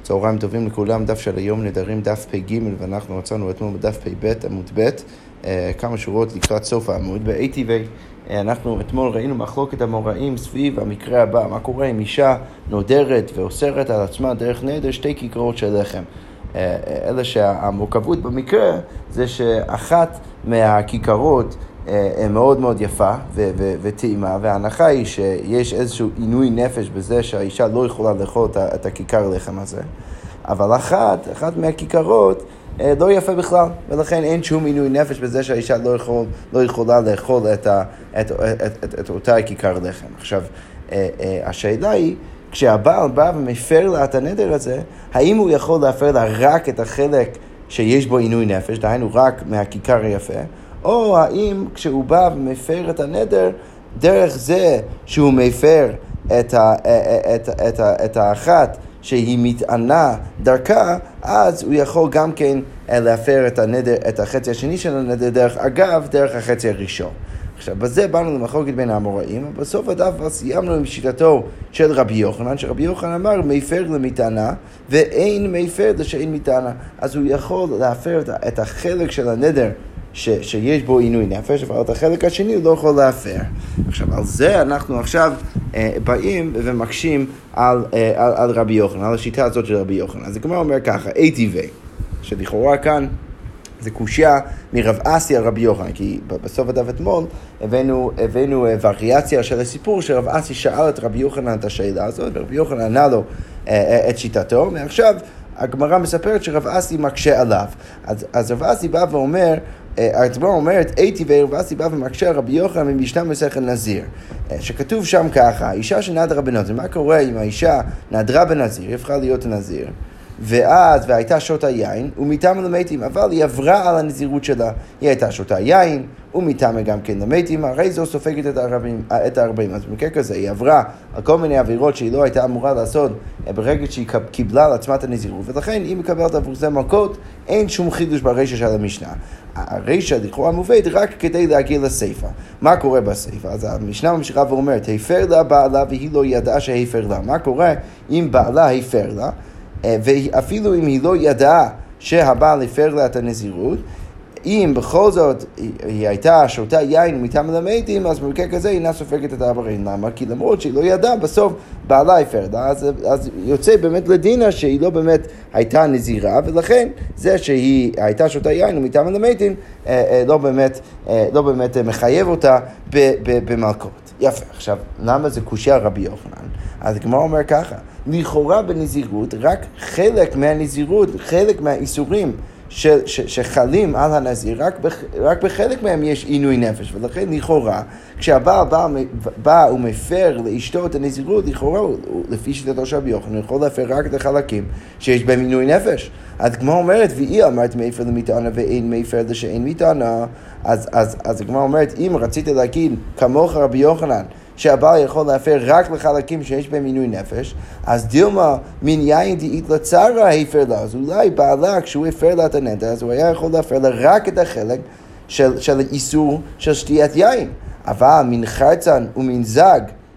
צהריים טובים לכולם, דף של היום נדרים דף פ"ג, ואנחנו מצאנו אתמול בדף פ"ב עמוד ב', כמה שורות לקראת סוף העמוד. ב-ATV אנחנו אתמול ראינו מחלוקת המוראים סביב המקרה הבא, מה קורה אם אישה נודרת ואוסרת על עצמה דרך נדר שתי כיכרות של לחם. אלא שהמורכבות במקרה זה שאחת מהכיכרות מאוד מאוד יפה וטעימה, וההנחה היא שיש איזשהו עינוי נפש בזה שהאישה לא יכולה לאכול את הכיכר לחם הזה, אבל אחת מהכיכרות לא יפה בכלל, ולכן אין שום עינוי נפש בזה שהאישה לא יכולה לאכול את אותה כיכר לחם. עכשיו, השאלה היא, כשהבעל בא ומפר לה את הנדר הזה, האם הוא יכול להפר לה רק את החלק שיש בו עינוי נפש, דהיינו רק מהכיכר היפה, או האם כשהוא בא ומפר את הנדר, דרך זה שהוא מפר את האחת שהיא מתענה דרכה, אז הוא יכול גם כן להפר את הנדר, את החצי השני של הנדר דרך החצי הראשון. עכשיו, בזה באנו למחלוקת בין האמוראים, ובסוף הדף סיימנו עם שיטתו של רבי יוחנן, שרבי יוחנן אמר מפר למתענה, ואין מפר לשאין מתענה. אז הוא יכול להפר את החלק של הנדר שיש בו עינוי נפש, אבל את החלק השני הוא לא יכול להפר. עכשיו, על זה אנחנו עכשיו באים ומקשים על רבי יוחנן, על השיטה הזאת של רבי יוחנן. אז הגמרא אומר ככה, ATV, שלכאורה כאן זה קושיה מרב אסי על רבי יוחנן, כי בסוף הדף אתמול הבאנו וריאציה של הסיפור שרב אסי שאל את רבי יוחנן את השאלה הזאת, ורבי יוחנן ענה לו את שיטתו, ועכשיו הגמרא מספרת שרב אסי מקשה עליו. אז רב אסי בא ואומר, הגמרא אומרת, רב אסי בא ומקשה על רבי יוחנן ממשנה מסכת נזיר, שכתוב שם ככה, אישה שנדרה בנזיר, מה קורה אם האישה נדרה בנזיר, הפכה להיות נזיר, והייתה שותה יין, ומיתמה למתים, אבל היא עברה על הנזירות שלה, היא הייתה שותה יין, ומיתמה גם כן למתים, הרי זו סופגת את ה-40, אז במקרה כזה, היא עברה על כל מיני עבירות שהיא לא הייתה אמורה לעשות, ברגע שהיא קיבלה על עצמה את הנזירות, ולכן היא מקבלת עבור זה מלכות, אין שום חידוש ברשע של המשנה. הרשע לכאורה מובאת רק כדי להגיע לסייפה. מה קורה בסייפה? אז המשנה ממשיכה ואומרת, הפר לה בעלה והיא לא ידעה שהפר לה. מה קורה אם בעלה הפר לה? ואפילו אם היא לא ידעה שהבעל הפר לה את הנזירות, אם בכל זאת היא הייתה שותה יין ומיתמה למתים, אז במקרה כזה היא אינה סופגת את העבירה. למה? כי למרות שהיא לא ידעה, בסוף בעלה הפר לה, אז יוצא באמת לדינה שהיא לא באמת הייתה נזירה, ולכן זה שהיא הייתה שותה יין ומיתמה למתים לא באמת מחייב אותה במלכות. יפה. עכשיו, למה זה קושיה רבי יוחנן? אז הגמרא אומר ככה, לכאורה בנזירות, רק חלק מהנזירות, חלק מהאיסורים שחלים על הנזיר, רק בחלק מהם יש עינוי נפש, ולכן לכאורה, כשהבעל בא ומפר לאשתו את הנזירות, לכאורה, לפי שיטתו של רבי יוחנן, יכול להפר רק את החלקים שיש בהם עינוי נפש. אז הגמרא אומרת, והיא אמרת מפר למתענה ואין מפר לשאין מתענה, אז הגמרא אומרת, אם רצית להגיד כמוך רבי יוחנן, שהבעל יכול להפר רק לחלקים שיש בהם עינוי נפש, אז דילמה מן יין דאית לצרה הפר לה, אז אולי בעלה כשהוא הפר לה את הנדר, אז הוא היה יכול להפר לה רק את החלק של איסור של שתיית יין, אבל מן חרצן ומן זג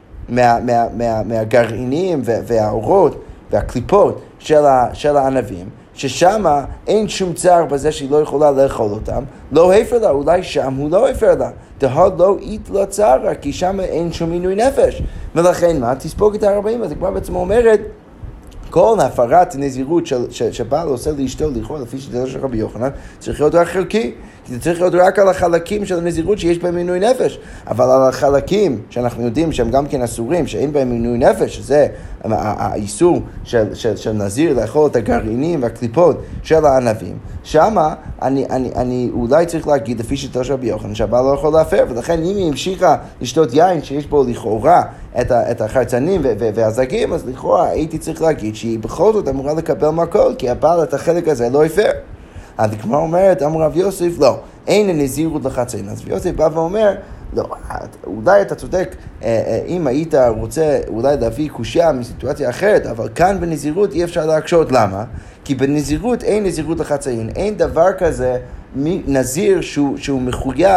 מהגרעינים והאורות והקליפות של הענבים, ששם אין שום צער בזה שהיא לא יכולה לאכול אותם, לא הפר לה, אולי שם הוא לא הפר לה, דהוד לא אית לא צערה, כי שם אין שום עינוי נפש. ולכן מה? תספוג את ה-40, אז כבר בעצם אומרת, כל הפרת נזירות שבעל עושה לאשתו לכאורה לפי שיטתו של רבי יוחנן, צריך להיות רק חלקי, כי זה צריך להיות רק על החלקים של הנזירות שיש בהם עינוי נפש, אבל על החלקים שאנחנו יודעים שהם גם כן אסורים, שאין בהם עינוי נפש, שזה האיסור של נזיר לאכול את הגרעינים והקליפות של הענבים, שמה אני אולי צריך להגיד לפי שיטתו של רבי יוחנן שהבעל לא יכול להפר, ולכן אם היא המשיכה לשתות יין שיש בו לכאורה את החרצנים והזגים, אז לכאורה הייתי צריך להגיד שהיא בכל זאת אמורה לקבל מכות, כי הבעל את החלק הזה לא הפר. הגמרא אומרת, אמר רב יוסף, לא, אין נזירות לחצאין. אז רב יוסף בא ואומר, לא, אולי אתה צודק, אם היית רוצה אולי להביא קושיה מסיטואציה אחרת, אבל כאן בנזירות אי אפשר להקשות. למה? כי בנזירות אין נזירות לחצאין, אין דבר כזה נזיר שהוא מחויב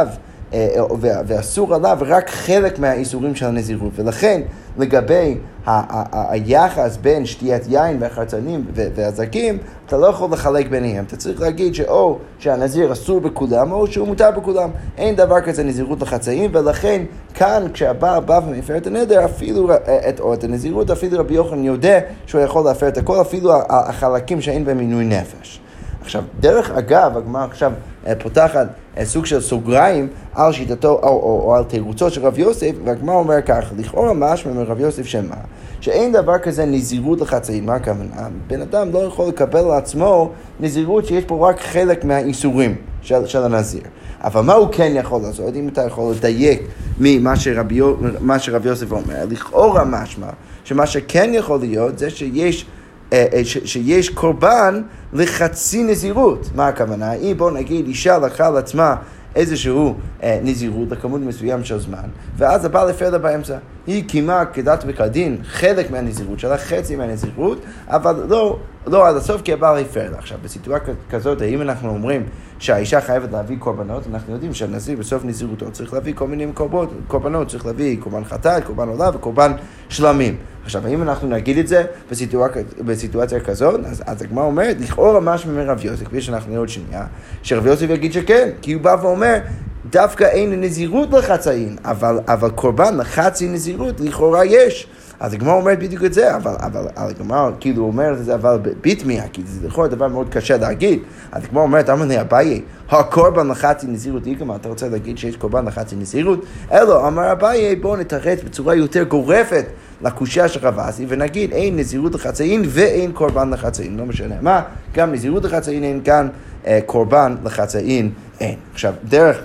ואסור עליו רק חלק מהאיסורים של הנזירות, ולכן לגבי היחס בין שתיית יין והחרצנים והזקים, אתה לא יכול לחלק ביניהם. אתה צריך להגיד שאו שהנזיר אסור בכולם או שהוא מותר בכולם. אין דבר כזה נזירות לחצאים, ולכן כאן כשהבעל בא ומפר את הנדר, אפילו או את הנזירות, אפילו רבי יוחנן יודע שהוא יכול להפר את הכל, אפילו החלקים שאין בהם עינוי נפש. עכשיו, דרך אגב, הגמרא עכשיו פותחת סוג של סוגריים על שיטתו או על תירוצו של רב יוסף, והגמרא אומר כך, לכאורה משמע מרב יוסף שמה, שאין דבר כזה נזירות לחצאים. מה הכוונה? בן אדם לא יכול לקבל לעצמו נזירות שיש פה רק חלק מהאיסורים של הנזיר. אבל מה הוא כן יכול לעשות? אם אתה יכול לדייק ממה שרב יוסף אומר, לכאורה משמע שמה שכן יכול להיות זה שיש קורבן לחצי נזירות. מה הכוונה? אם בוא נגיד אישה לקחה על עצמה איזשהו נזירות לכמות מסוים של זמן, ואז הבעל הפר לה באמצע. היא קיימה כדת וכדין חלק מהנזירות שלה, חצי מהנזירות, אבל לא עד הסוף, כי הבעל הפר לה. עכשיו, בסיטואציה כזאת, האם אנחנו אומרים שהאישה חייבת להביא קורבנות? אנחנו יודעים שהנזיר בסוף נזירותו צריך להביא כל מיני קורבנות, צריך להביא קורבן חטאת, קורבן עולה וקורבן שלמים. עכשיו, האם אנחנו נגיד את זה בסיטואציה כזאת? אז הגמרא אומרת, לכאורה משהו מרב יוסף, כפי שאנחנו נראה עוד שנייה, שרב יוסף יגיד שכן, כי הוא בא ואומר, דווקא אין נזירות לחצאין, אבל קורבן לחצי נזירות לכאורה יש. אז הגמרא אומרת בדיוק את זה, אבל הגמרא כאילו אומרת את זה, אבל בתמיהה, כי זה לכאורה דבר מאוד קשה להגיד. אז הגמרא אומרת, אמר לי אביי, הקורבן לחצי נזירות, איגמר, אתה רוצה להגיד שיש קורבן לחצי נזירות? אלא, אמר אביי, בואו נתרץ בצורה יותר גורפת לקושיה של רב אסי, ונגיד אין נזירות לחצאין ואין קורבן לחצאין, לא משנה מה, גם נזירות לחצאין אין, כאן קורבן לחצאין אין. עכשיו, דרך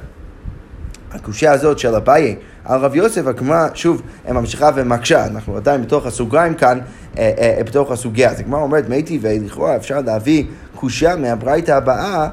הקושיה הזאת של אביי על רב יוסף, הגמרא שוב ממשיכה ומקשה, אנחנו עדיין בתוך הסוגריים כאן, בתוך הסוגיה. אז הגמרא אומרת, מי טבעי, לכאורה אפשר להביא קושיה מהברייתא הבאה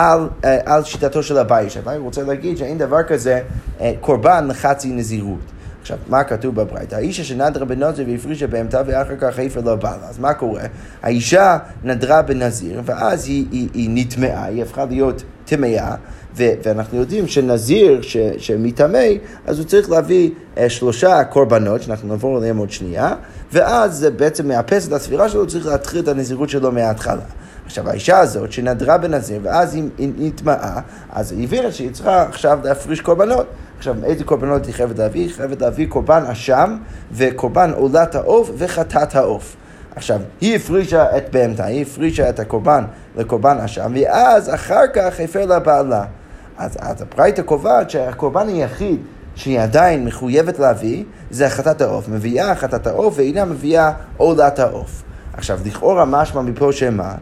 על שיטתו של אביי. אביי רוצה להגיד שאין דבר כזה קורבן לחצי נזירות. עכשיו, מה כתוב בברייתא? האישה שנדרה בנזיר והפרישה בהמתה ואחר כך הפר לא בעלה. אז מה קורה? האישה נדרה בנזיר, ואז היא נטמעה, היא הפכה להיות טמאה, ואנחנו יודעים שנזיר שמטמא, אז הוא צריך להביא 3 קורבנות, שאנחנו נעבור עליהם עוד שנייה, ואז זה בעצם מאפס את הספירה שלו, צריך להתחיל את הנזירות שלו מההתחלה. עכשיו, האישה הזאת שנדרה בנזיר, ואז היא נטמעה, אז היא הבינה שהיא צריכה עכשיו להפריש קורבנות. עכשיו, איזה קורבנות היא חייבת להביא? היא חייבת להביא קורבן אשם, וקורבן עולת העוף וחטאת העוף. עכשיו, היא הפרישה את בהמתה, היא הפרישה את הקורבן לקורבן אשם, ואז אחר כך הפר לה בעלה. אז הברייתא קובעת שהקורבן היחיד שהיא עדיין מחויבת להביא, זה חטאת העוף. מביאה חטאת העוף ואינה מביאה עולת העוף. עכשיו, לכאורה משמע מפה שמה,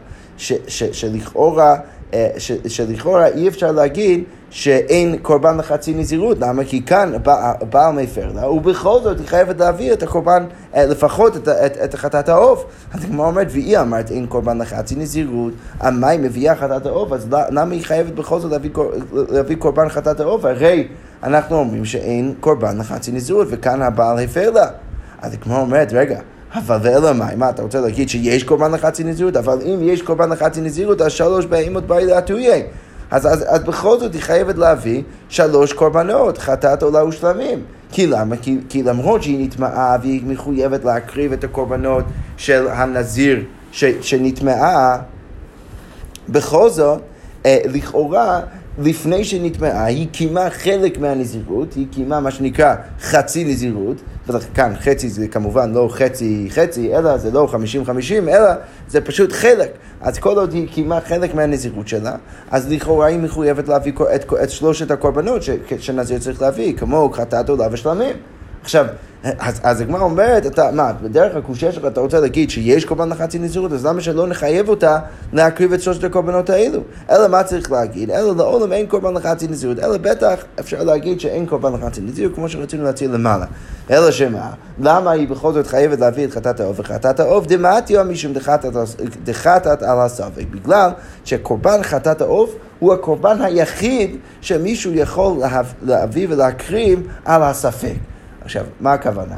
שלכאורה אי אפשר להגיד שאין קורבן לחצי נזירות. למה? כי כאן בעל מפר לה, ובכל זאת היא חייבת להביא את הקורבן, לפחות את חטאת העוף. אז כמו אומרת, והיא אמרת אין קורבן לחצי נזירות, מה היא מביאה חטאת העוף? אז למה היא חייבת בכל זאת להביא קורבן חטאת העוף? הרי אנחנו אומרים שאין קורבן לחצי נזירות, וכאן הבעל הפר לה. אז כמו אומרת, רגע, אבל ואלא מה אתה רוצה להגיד שיש קורבן לחצי נזירות? אבל אם יש קורבן לחצי נזירות, אז 3 בהמות בעילה תהיה. אז בכל זאת היא חייבת להביא 3 קורבנות, חטאת עולה ושלמים. כי למה? כי למרות שהיא נטמעה והיא מחויבת להקריב את הקורבנות של הנזיר שנטמעה, בכל זאת, לכאורה, לפני שנטמעה, היא קיימה חלק מהנזירות, היא קיימה מה שנקרא חצי נזירות, וכאן חצי זה כמובן לא חצי, אלא זה לא 50-50, אלא זה פשוט חלק. אז כל עוד היא קיימה חלק מהנזירות שלה, אז לכאורה היא מחויבת להביא את 3 הקורבנות שנזיר צריך להביא, כמו חטאת עולה ושלמים. עכשיו, אז הגמרא אומרת, בדרך הקושיה שלך אתה רוצה להגיד שיש קורבן לחצי נזירות, אז למה שלא נחייב אותה להקריב את 3 הקורבנות האלו? אלא מה צריך להגיד? אלא לעולם אין קורבן לחצי נזירות, אלא בטח אפשר להגיד שאין קורבן לחצי נזירות, כמו שרצינו להציע למעלה. אלא שמה? למה היא בכל זאת חייבת להביא את חטאת העוף? וחטאת העוף דמעתיו משום דחטאת על הספק, בגלל שקורבן חטאת העוף הוא הקורבן היחיד שמישהו יכול להביא ולהקריב על הספק. עכשיו, מה הכוונה?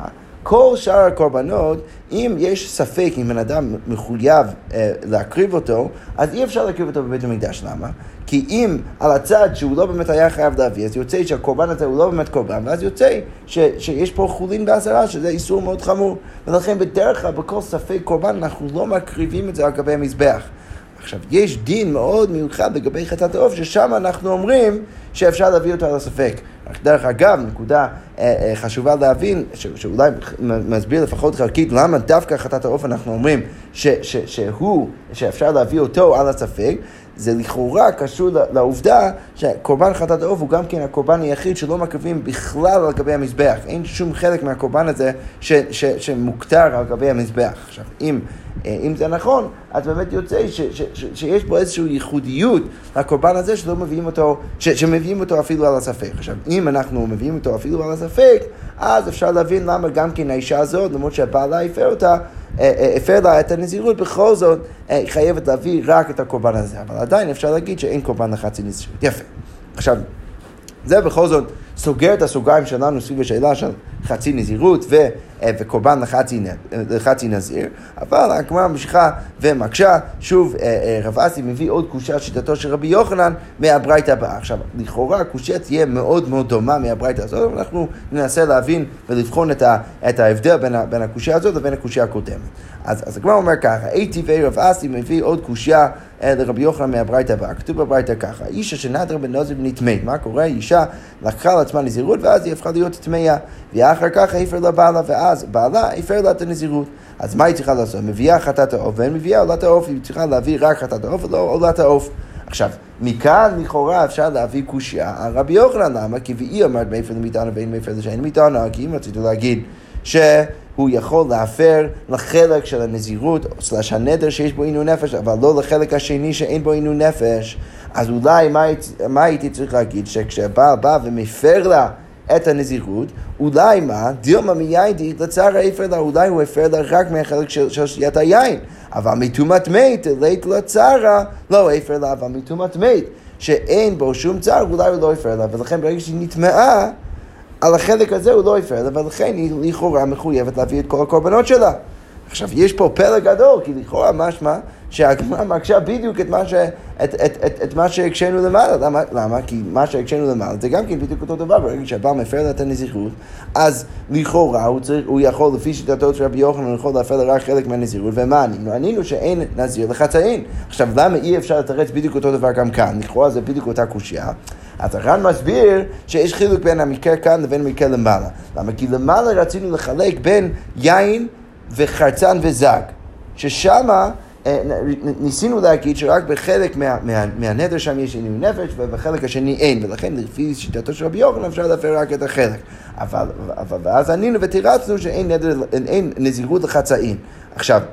כל שאר הקורבנות, אם יש ספק, אם בן אדם מחויב להקריב אותו, אז אי אפשר להקריב אותו בבית המקדש. למה? כי אם על הצד שהוא לא באמת היה חייב להביא, אז יוצא שהקורבן הזה הוא לא באמת קורבן, ואז יוצא שיש פה חולין בעשרה, שזה איסור מאוד חמור. ולכן בדרך כלל בכל ספק קורבן אנחנו לא מקריבים את זה על גבי המזבח. עכשיו, יש דין מאוד מיוחד לגבי חטאת העוף, ששם אנחנו אומרים שאפשר להביא אותו על הספק. דרך אגב, נקודה חשובה להבין, שאולי מסביר לפחות חלקית, למה דווקא חטאת העוף אנחנו אומרים שאפשר להביא אותו על הספק, זה לכאורה קשור לעובדה שקורבן חטאת העוף הוא גם כן הקורבן היחיד שלא מקריבים בכלל על גבי המזבח. אין שום חלק מהקורבן הזה שמוקטר על גבי המזבח. עכשיו, אם זה נכון, אז באמת יוצא שיש בו איזושהי ייחודיות לקורבן הזה שלא מביאים אותו, שמביאים אותו אפילו על הספק. עכשיו, אם אנחנו מביאים אותו אפילו על הספק, אז אפשר להבין למה גם כן האישה הזאת, למרות שהבעלה הפר לה את הנזירות, בכל זאת חייבת להביא רק את הקורבן הזה. אבל עדיין אפשר להגיד שאין קורבן לחצי נזירות. יפה. עכשיו, זה בכל זאת סוגר את הסוגריים שלנו סביב השאלה של חצי נזירות וקורבן לחצי נזיר, אבל הגמרא ממשיכה ומקשה. שוב, רב אסי מביא עוד קושיה שיטתו של רבי יוחנן מהברייתא הבאה. עכשיו, לכאורה הקושיה תהיה מאוד מאוד דומה מהברייתא הזאת, אבל אנחנו ננסה להבין ולבחון את ההבדל בין הקושיה הזאת לבין הקושיה הקודמת. אז הגמרא אומר ככה, טבעי רב אסי מביא עוד קושיה לרבי יוחנן מהברייתא הבאה. כתוב בברייתא ככה, אישה שנדרה בנזיר ונטמאת. מה קורה? אישה לקחה לעצמה נזירות ואז היא הפכה להיות טמאה, ואחר כך הפר לה בעלה, ואז בעלה הפר לה את הנזירות. אז מה היא צריכה לעשות? מביאה חטאת העוף ואין מביאה עולת העוף, היא צריכה להביא רק חטאת העוף ולא עולת העוף. עכשיו, מכאן לכאורה אפשר להביא קושיה על רבי יוחנן. למה? כי והיא אמרת מאיפה למיתנה ואין מאיפה שאין מיתנה, כי אם רציתו להגיד שהוא יכול להפר לחלק של הנזירות, סלש הנדר שיש בו עינוי נפש, אבל לא לחלק השני שאין בו עינוי נפש, אז אולי מה הייתי צריך להגיד? שכשהבעל בא ומפר לה את הנזירות, אולי מה? דילמה מיין לצער הפר לה, אולי הוא הפר לה רק מהחלק של שתיית היין, אבל מטומאת מת, לית לצערה, לא הפר לה, אבל מטומאת מת, שאין בו שום צער, אולי הוא לא הפר לה, ולכן ברגע שהיא נטמעה, על החלק הזה הוא לא הפר לה, ולכן היא לכאורה מחויבת להביא את כל הקורבנות שלה. עכשיו, יש פה פלא גדול, כי לכאורה משמע שהגמרא מקשה בדיוק את מה שהקשנו למעלה. למה? כי מה שהקשנו למעלה זה גם כן בדיוק אותו דבר. ברגע שהבעל מפר לה את הנזירות, אז לכאורה הוא יכול, לפי שיטתו של רבי יוחנן, הוא יכול להפר לה רק חלק מהנזירות. ומה ענינו? ענינו שאין נזיר לחצאין. עכשיו, למה אי אפשר לתרץ בדיוק אותו דבר גם כאן? לכאורה זה בדיוק אותה קושיה. אז הר"ן מסביר שיש חילוק בין המקרה כאן לבין המקרה למעלה. למה? כי למעלה רצינו לחלק בין יין וחרצן וזג, ששמה ניסינו להגיד שרק בחלק מהנדר שם יש עינוי נפש ובחלק השני אין, ולכן לפי שיטתו של רבי יוחנן אפשר להפר רק את החלק. אבל ואז ענינו ותירצנו שאין נזירות לחצאין. עכשיו,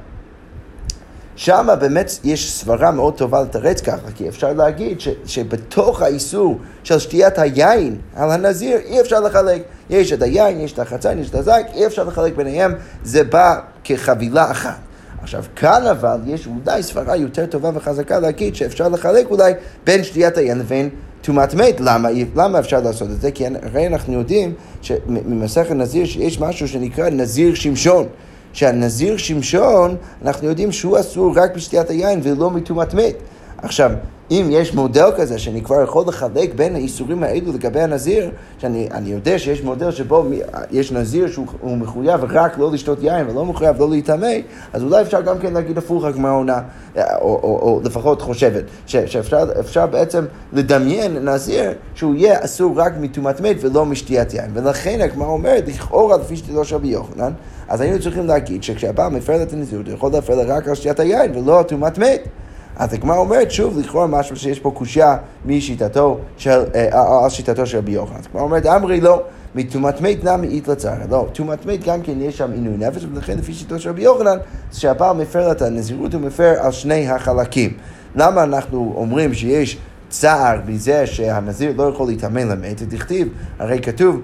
שם באמת יש סברה מאוד טובה לתרץ ככה, כי אפשר להגיד שבתוך האיסור של שתיית היין על הנזיר אי אפשר לחלק. יש את היין, יש את החצאין, יש את הזק, אי אפשר לחלק ביניהם, זה בא כחבילה אחת. עכשיו, כאן אבל יש אולי סברה יותר טובה וחזקה להגיד שאפשר לחלק אולי בין שתיית היין לבין טומאת מת. למה אפשר לעשות את זה? כי הרי אנחנו יודעים ממסכת נזיר שיש משהו שנקרא נזיר שמשון. שהנזיר שמשון, אנחנו יודעים שהוא אסור רק בשתיית היין ולא מטומאת מת. עכשיו, אם יש מודל כזה שאני כבר יכול לחלק בין האיסורים האלו לגבי הנזיר, שאני יודע שיש מודל שבו יש נזיר שהוא מחויב רק לא לשתות יין ולא מחויב לא להתאמה, אז אולי אפשר גם כן להגיד הפוך הגמרא עונה, או לפחות חושבת, שאפשר בעצם לדמיין נזיר שהוא יהיה אסור רק מטומאת מת ולא משתיית יין. ולכן הגמרא אומרת, לכאורה לפי שיטתו של רבי יוחנן, אז היינו צריכים להגיד שכשהבעל מפר את הנזירות, הוא יכול להפר רק על שתיית היין ולא טומאת מת. אז הגמרא אומרת שוב, לכאורה משהו שיש פה קושיה משיטתו של, על שיטתו של רבי יוחנן. הגמרא אומרת, אמרי לא, מטומאת מת נמי אית לצער. לא, טומאת מת גם כן יש שם עינוי נפש, ולכן לפי שיטתו של רבי יוחנן, שהבעל מפר את הנזירות, הוא מפר על שני החלקים. למה אנחנו אומרים שיש צער בזה שהנזיר לא יכול להתאמן למת? תכתיב, הרי כתוב,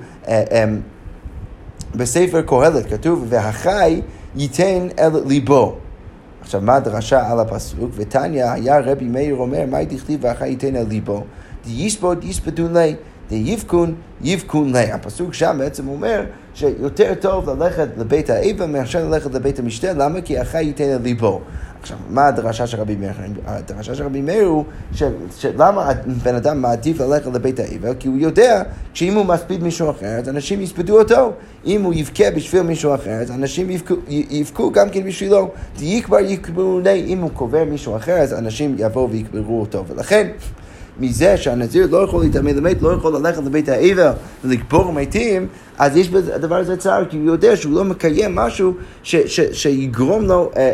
בספר קהלת כתוב, והחי ייתן אל ליבו. עכשיו, מה הדרשה על הפסוק? ותניא היה רבי מאיר אומר, מה תכתיב והחי ייתן אל ליבו? דיספוד יספדון לי, דיבקון יבקון לי. הפסוק שם בעצם אומר שיותר טוב ללכת לבית האיבה מאשר ללכת לבית המשתה, למה? כי החי ייתן לליבו. עכשיו, מה הדרשה של רבי מאיר? הדרשה של רבי מאיר הוא שלמה בן אדם מעדיף ללכת לבית האיבה? כי הוא יודע שאם הוא מספיד מישהו אחר, אז אנשים יספדו אותו. אם הוא יבכה בשביל מישהו אחר, אז אנשים יבכו גם כן בשבילו. יקבר יקברו לי, אם הוא קובר מישהו אחר, אז אנשים יבואו ויקברו אותו. ולכן, מזה שהנזיר לא יכול להתאמן למת, לא יכול ללכת לבית האיבה ולקבור מתים, אז יש בדבר הזה צער, כי הוא יודע שהוא לא מקיים משהו שיגרום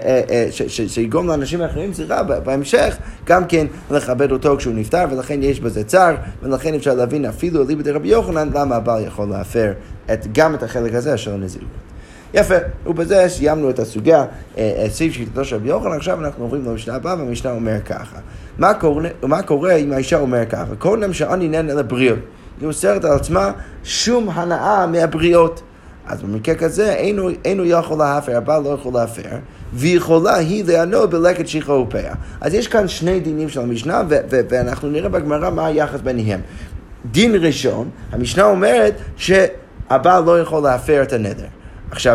לאנשים האחרים, בהמשך, גם כן לכבד אותו כשהוא נפטר, ולכן יש בזה צער, ולכן אפשר להבין אפילו אליבא דרבי יוחנן, למה הבעל יכול להפר גם את החלק הזה של הנזירות. יפה, ובזה סיימנו את סעיף שיטתו של רבי יוחנן. עכשיו אנחנו עוברים למשנה הבאה, והמשנה אומר ככה. מה קורה אם האישה אומר ככה? קודם שאני נהנה לבריאות. היא אוסרת על עצמה שום הנאה מהבריאות. אז במקרה כזה אינו יכול להפר, הבעל לא יכול להפר, ויכולה היא ליהנות בלקט שכחה ופאה. אז יש כאן שני דינים של המשנה, ואנחנו נראה בגמרא מה היחס ביניהם. דין ראשון, המשנה אומרת שהבעל לא יכול להפר את הנדר. עכשיו,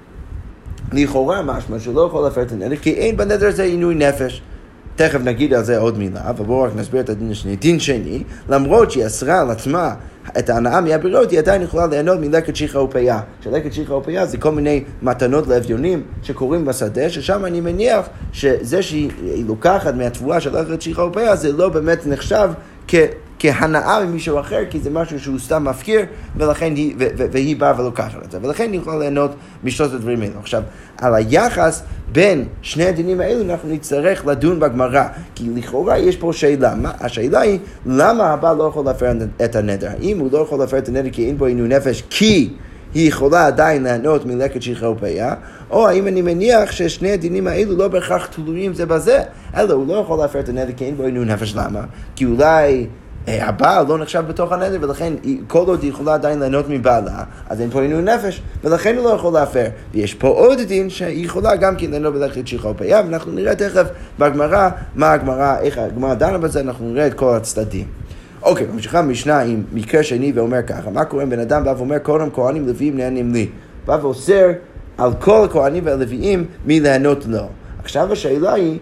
לכאורה משמע שלא יכול להפר את הנדר, כי אין בנדר הזה עינוי נפש. תכף נגיד על זה עוד מילה, אבל בואו רק נסביר את הדין השני. דין שני, למרות שהיא אסרה על עצמה את ההנאה מהבריאות, היא עדיין יכולה ליהנות מלקט שכחה ופאה. שלקט שכחה ופאה זה כל מיני מתנות לאביונים שקורים בשדה, ששם אני מניח שזה שהיא לוקחת מהתבואה של לקט שכחה ופאה, זה לא באמת נחשב כהנאה ממישהו אחר, כי זה משהו שהוא סתם מפקיר, ולכן והיא באה ולוקחת את זה. ולכן היא יכולה ליהנות משלושת הדברים האלו. עכשיו, על היחס בין שני הדינים האלו אנחנו נצטרך לדון בגמרא, כי לכאורה יש פה שאלה. השאלה היא, למה הבעל לא יכול להפר את הנדר? האם הוא לא יכול להפר את הנדר כי אין בו עינוי נפש, כי היא יכולה עדיין ליהנות מלקט שכחה ופאה, או האם אני מניח ששני הדינים האלו לא בהכרח תלויים זה בזה, אלא הוא לא יכול להפר את הנדר כי אין בו עינוי נפש. למה? כי אולי הבעל לא נחשב בתוך הנדר, ולכן כל עוד היא יכולה עדיין ליהנות מבעלה, אז אין פה עינוי נפש, ולכן הוא לא יכול להפר. ויש פה עוד דין שהיא יכולה גם כן ליהנות בלקט שכחה ופאה, ואנחנו נראה תכף בגמרא איך הגמרא דנה בזה, אנחנו נראה את כל הצדדים. אוקיי, ממשיכה משנה עם מקרה שני ואומר ככה, מה קורה אם בן אדם בא ואומר קודם כהנים לוויים נהנים לי, בא ואוסר על כל הכהנים והלוויים מליהנות לו. עכשיו השאלה היא,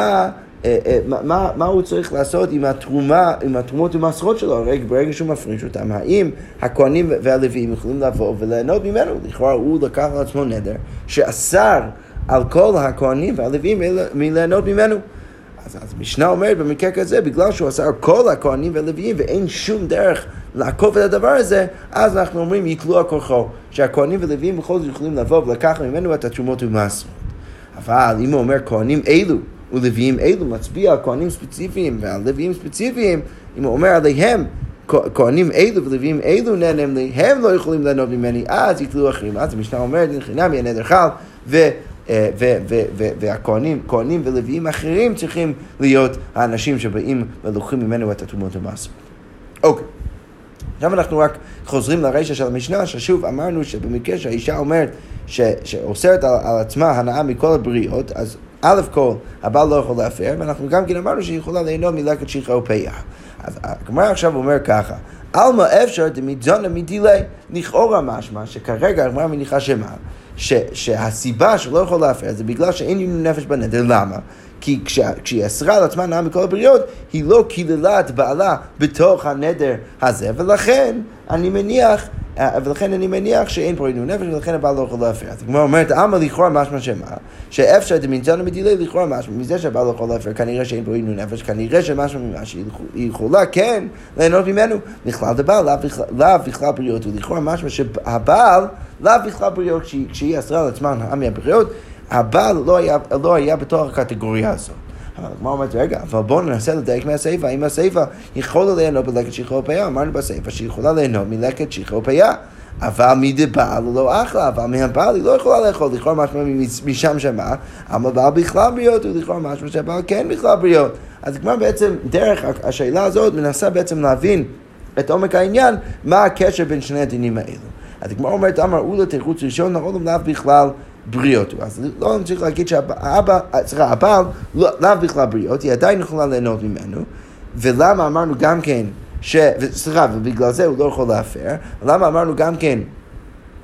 מה הוא צריך לעשות עם התרומות ומעשרות שלו? ברגע שהוא מפריש אותם, האם הכהנים והלוויים יכולים לבוא וליהנות ממנו? לכאורה הוא לקח על עצמו נדר שאסר על כל הכהנים והלוויים מליהנות ממנו. אז משנה אומרת במקרה כזה, בגלל שהוא אסר על כל הכהנים והלוויים ואין שום דרך לעקוף את הדבר הזה, אז אנחנו אומרים יתלו הכוחו, שהכהנים והלוויים בכל זאת יכולים לבוא ולקח ממנו את התרומות ומעשרות. אבל אם הוא אומר כהנים אלו ולוויים אלו, מצביע על כהנים ספציפיים ועל לוויים ספציפיים, אם הוא אומר עליהם כהנים אלו ולוויים אלו נהנים לי, הם לא יכולים ליהנות ממני, אז יתלו אחרים. אז המשנה אומרת חינם הנדר חל, והכהנים ולוויים אחרים צריכים להיות האנשים שבאים ולוקחים ממנו את התרומות ומעשרות. אוקיי. עכשיו אנחנו רק חוזרים לרשע של המשנה, ששוב אמרנו שבמקרה שהאישה אומרת שאוסרת על עצמה הנאה מכל הבריות, אז א' כל, הבעל לא יכול להפר, ואנחנו גם כן אמרנו שהיא יכולה ליהנות מלקט שכחה ופאה. אז הגמרא עכשיו אומר ככה, אלמה אפשר דמידזונה מדילי, לכאורה משמע שכרגע הגמרא מניחה שהסיבה שלא יכול להפר זה בגלל שאין עינוי נפש בנדר. למה? כי כשהיא אסרה על עצמה הנאה מכל הבריות, היא לא כיללה את בעלה בתוך הנדר הזה, ולכן אני מניח שאין פה עינוי נפש, ולכן הבעל לא יכול להפר. אז הגמרא אומרת, אמה לכאורה משמע שמה? שאפשר דמידזונה מדילי, לכאורה משמע מזה שהבעל לא יכול להפר, כנראה שאין פה עינוי נפש, כנראה שמשמע ממה שהיא יכולה כן ליהנות ממנו, בכלל הבעל לאו בכלל בריות, ולכאורה משמע שהבעל לאו בכלל בריות, כשהיא אסרה על עצמה הנאה מהבריות, הבעל לא היה בתוך הקטגוריה הזאת. אבל מה אומרת, רגע, אבל בואו ננסה לדייק מהסייפה, אם הסייפה יכולה ליהנות בלקט שכחה ופאה, אמרנו בסייפה שהיא יכולה ליהנות מלקט שכחה ופאה, אבל מדבעל לא אחלה, אבל מהבעל היא לא יכולה לאכול, לכאורה משמע משם שמה, אבל בעל בכלל בריות, ולכאורה משמע שהבעל כן בכלל בריות. אז כבר בעצם דרך השאלה הזאת מנסה בעצם להבין את עומק העניין, מה הקשר בין שני הדינים האלו. אז כמו אומרת, אמרו לה תירוץ ראשון, העולם לאו בכלל בריות. אז לא צריך להגיד שהבעל לאו בכלל בריות, היא עדיין יכולה ליהנות ממנו, ולמה אמרנו גם כן, ובגלל זה הוא לא יכול להפר, למה אמרנו גם כן,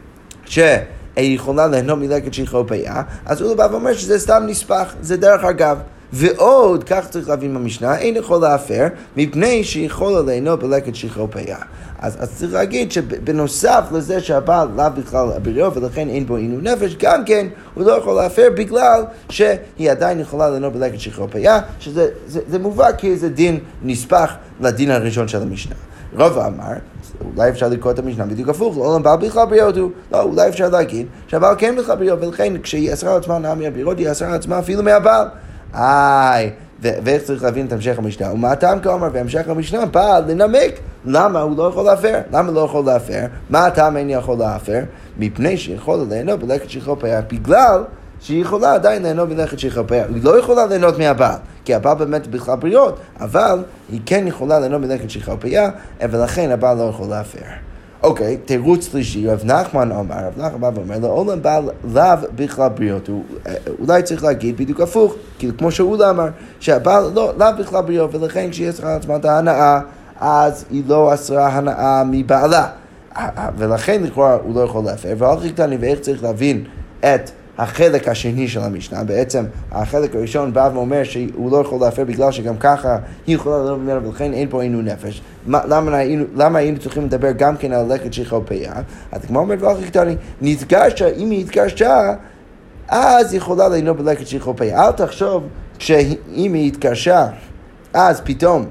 שהיא יכולה ליהנות מלקט שכחה ופאה, אז הוא בא ואומר שזה סתם נספח, זה דרך אגב. ועוד, כך צריך להבין במשנה, אין יכול להפר, מפני שיכולה ליהנות בלקט שכחה ופאה. אז צריך להגיד שבנוסף לזה שהבעל לאו בכלל הבריאו ולכן אין בו עינוי נפש, גם כן הוא לא יכול להפר בגלל שהיא עדיין יכולה ליהנות בלקט שכחה ופאה, שזה מובא כאיזה דין נספח לדין הראשון של המשנה. רבא אמר, אולי אפשר לקרוא את המשנה בדיוק הפוך, לא בעל בכלל בריאות הוא, לא, אולי אפשר להגיד שהבעל כן בכלל בריאות, ולכן כשהיא אסרה על עצמה נעה מהבריאות, היא אסרה על עצמה אפילו מהבעל. ואיך צריך להבין את המשך המשנה? ומה הטעם כאומר? והמשך המשנה בא לנמק למה הוא לא יכול להפר. למה לא יכול להפר? מה הטעם אין יכול להפר? מפני שיכולה ליהנות בלקט שכחה ופאה, בגלל שהיא יכולה עדיין ליהנות בלקט שכחה ופאה. היא לא יכולה ליהנות מהבעל, כי הבעל באמת בכלל בריאות, אבל היא כן יכולה ליהנות בלקט שכחה ופאה, ולכן הבעל לא יכול להפר. אוקיי, תירוץ שלישי, רב נחמן אמר, רב נחמן בא ואומר, לעולם בעל לאו בכלל בריאות, אולי צריך להגיד בדיוק הפוך, כאילו כמו שאולה אמר, שהבעל לאו בכלל בריאות, ולכן כשהיא אסרה על עצמה את ההנאה, אז היא לא אסרה הנאה מבעלה, ולכן לכאורה הוא לא יכול להפר, והלכי קטני ואיך צריך להבין את החלק השני של המשנה, בעצם החלק הראשון בא ואומר שהוא לא יכול להפר בגלל שגם ככה היא יכולה ללמוד ממנו ולכן אין פה עינוי נפש. למה היינו צריכים לדבר גם כן על לקט שכחה ופאה? אז כמו אומרת והלכי קטני, נתגרשה, אם היא התגרשה, אז היא יכולה ליהנות בלקט שכחה ופאה. אל תחשוב שאם היא התגרשה, אז פתאום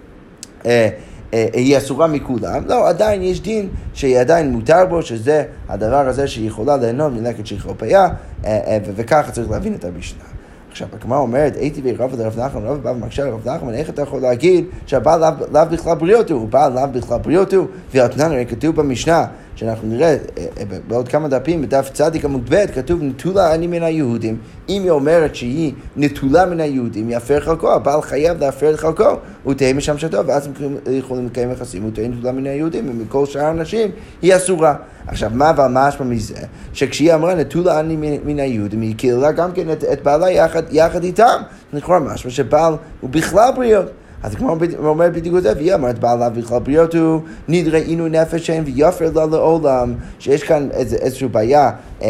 היא אסורה מכולם, לא, עדיין יש דין שהיא עדיין מותר בו, שזה הדבר הזה שהיא יכולה ליהנות מלקט שכחה ופאה, וככה צריך להבין את המשנה. עכשיו, הגמרא אומרת, הייתי ברב לרב נחמן, רב בא ומקשה לרב נחמן, איך אתה יכול להגיד שהבעל לאו בכלל בריאות הוא, בעל לאו בכלל בריאות הוא, והתנן הרי כתוב במשנה, שאנחנו נראה בעוד כמה דפים, בדף צדיק עמוד ב', כתוב נטולה אני מן היהודים. אם היא אומרת שהיא נטולה מן היהודים, יפר חלקו, הבעל חייב להפר חלקו, הוא תהיה משם שתו, ואז הם יכולים לקיים יחסים, הוא תהיה נטולה מן היהודים, ומכל שאר האנשים היא אסורה. עכשיו, מה אבל משמע מזה? שכשהיא אמרה נטולה אני מן היהודים, היא קיללה גם כן את בעלה יחד איתם. לכאורה משמע שבעל הוא בכלל בריאות. אז כמו אומר בדיוק זה, והיא אמרת בעלה בכלל בריאות הוא, נדרי עינוי נפש אין ויפר לה לעולם, שיש כאן איזושהי בעיה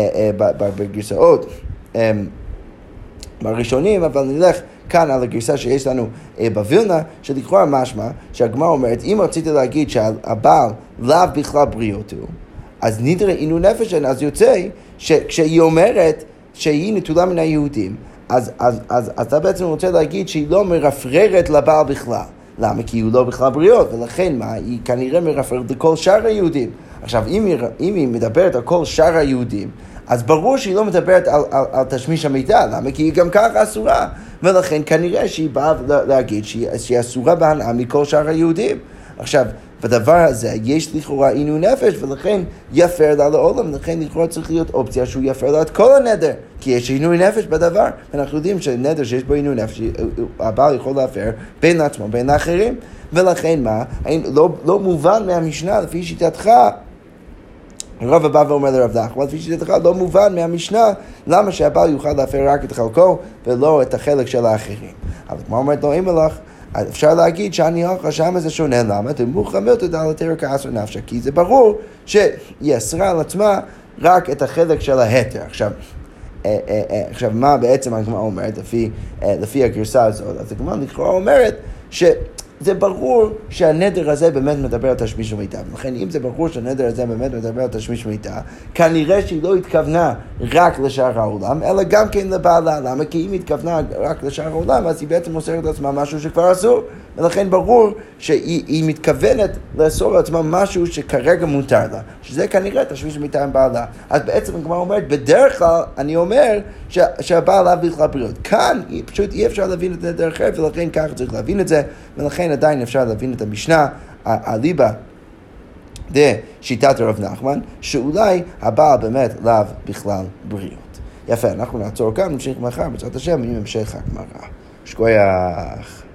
בגרסאות בראשונים, אבל נלך כאן על הגרסה שיש לנו בווילנה, שלכאורה משמע שהגמרא אומרת, אם רציתי להגיד שהבעל לאו בכלל בריאות הוא, אז נדרי עינוי נפש אין, אז יוצא שכשהיא אומרת שהיא נטולה מן היהודים, אז אתה בעצם רוצה להגיד שהיא לא מרפררת לבעל בכלל. למה? כי הוא לא בכלל בריאות, ולכן מה? היא כנראה מרפררת לכל שאר היהודים. עכשיו, אם היא מדברת על כל שאר היהודים, אז ברור שהיא לא מדברת על תשמיש המיטה. למה? כי היא גם ככה אסורה. ולכן כנראה שהיא באה להגיד שהיא אסורה בהנאה מכל שאר היהודים. עכשיו, בדבר הזה יש לכאורה עינוי נפש, ולכן יפר לה לעולם, ולכן לכאורה צריך להיות אופציה שהוא יפר לה את כל הנדר, כי יש עינוי נפש בדבר, ואנחנו יודעים שנדר שיש בו עינוי נפש, הבעל יכול להפר בין לעצמו, בין לאחרים, ולכן מה? לא מובן מהמשנה, לפי שיטתך, רב הבא ואומר לרב נחמן, לפי שיטתך לא מובן מהמשנה, למה שהבעל יוכל להפר רק את חלקו, ולא את החלק של האחרים. אבל כמו אומרת לו, אם הלך, אפשר להגיד שאני הולך שם זה שונה, למה? אתם מוכרמות את על התר כעשר נפשה, כי זה ברור שהיא אסרה על עצמה רק את החלק של ההתר. עכשיו מה בעצם הגמרא אומרת לפי הגרסה הזאת? אז הגמרא לכאורה אומרת זה ברור שהנדר הזה באמת מדבר על תשמיש ומיטה. ולכן אם זה ברור שהנדר הזה באמת מדבר על תשמיש ומיטה, כנראה שהיא לא התכוונה רק לשאר העולם, אלא גם כן לבעלה. למה? כי אם היא התכוונה רק לשאר העולם, אז היא בעצם מוסרת לעצמה משהו שכבר אסור. ולכן ברור שהיא מתכוונת לאסור לעצמה משהו שכרגע מותר לה. שזה כנראה תשמיש ומיטה עם בעלה. אז בעצם הגמרא אומרת, בדרך כלל אני אומר שהבעל לאו בכלל בריאות. כאן פשוט אי אפשר להבין את זה דרך אחרת, ולכן ככה צריך להבין את זה, ולכן עדיין אפשר להבין את המשנה, הליבה, שיטת רב נחמן, שאולי הבעל באמת לאו בכלל בריאות. יפה, אנחנו נעצור כאן, נמשיך מחר, בעזרת השם, עם המשך הגמרא. שכוייח.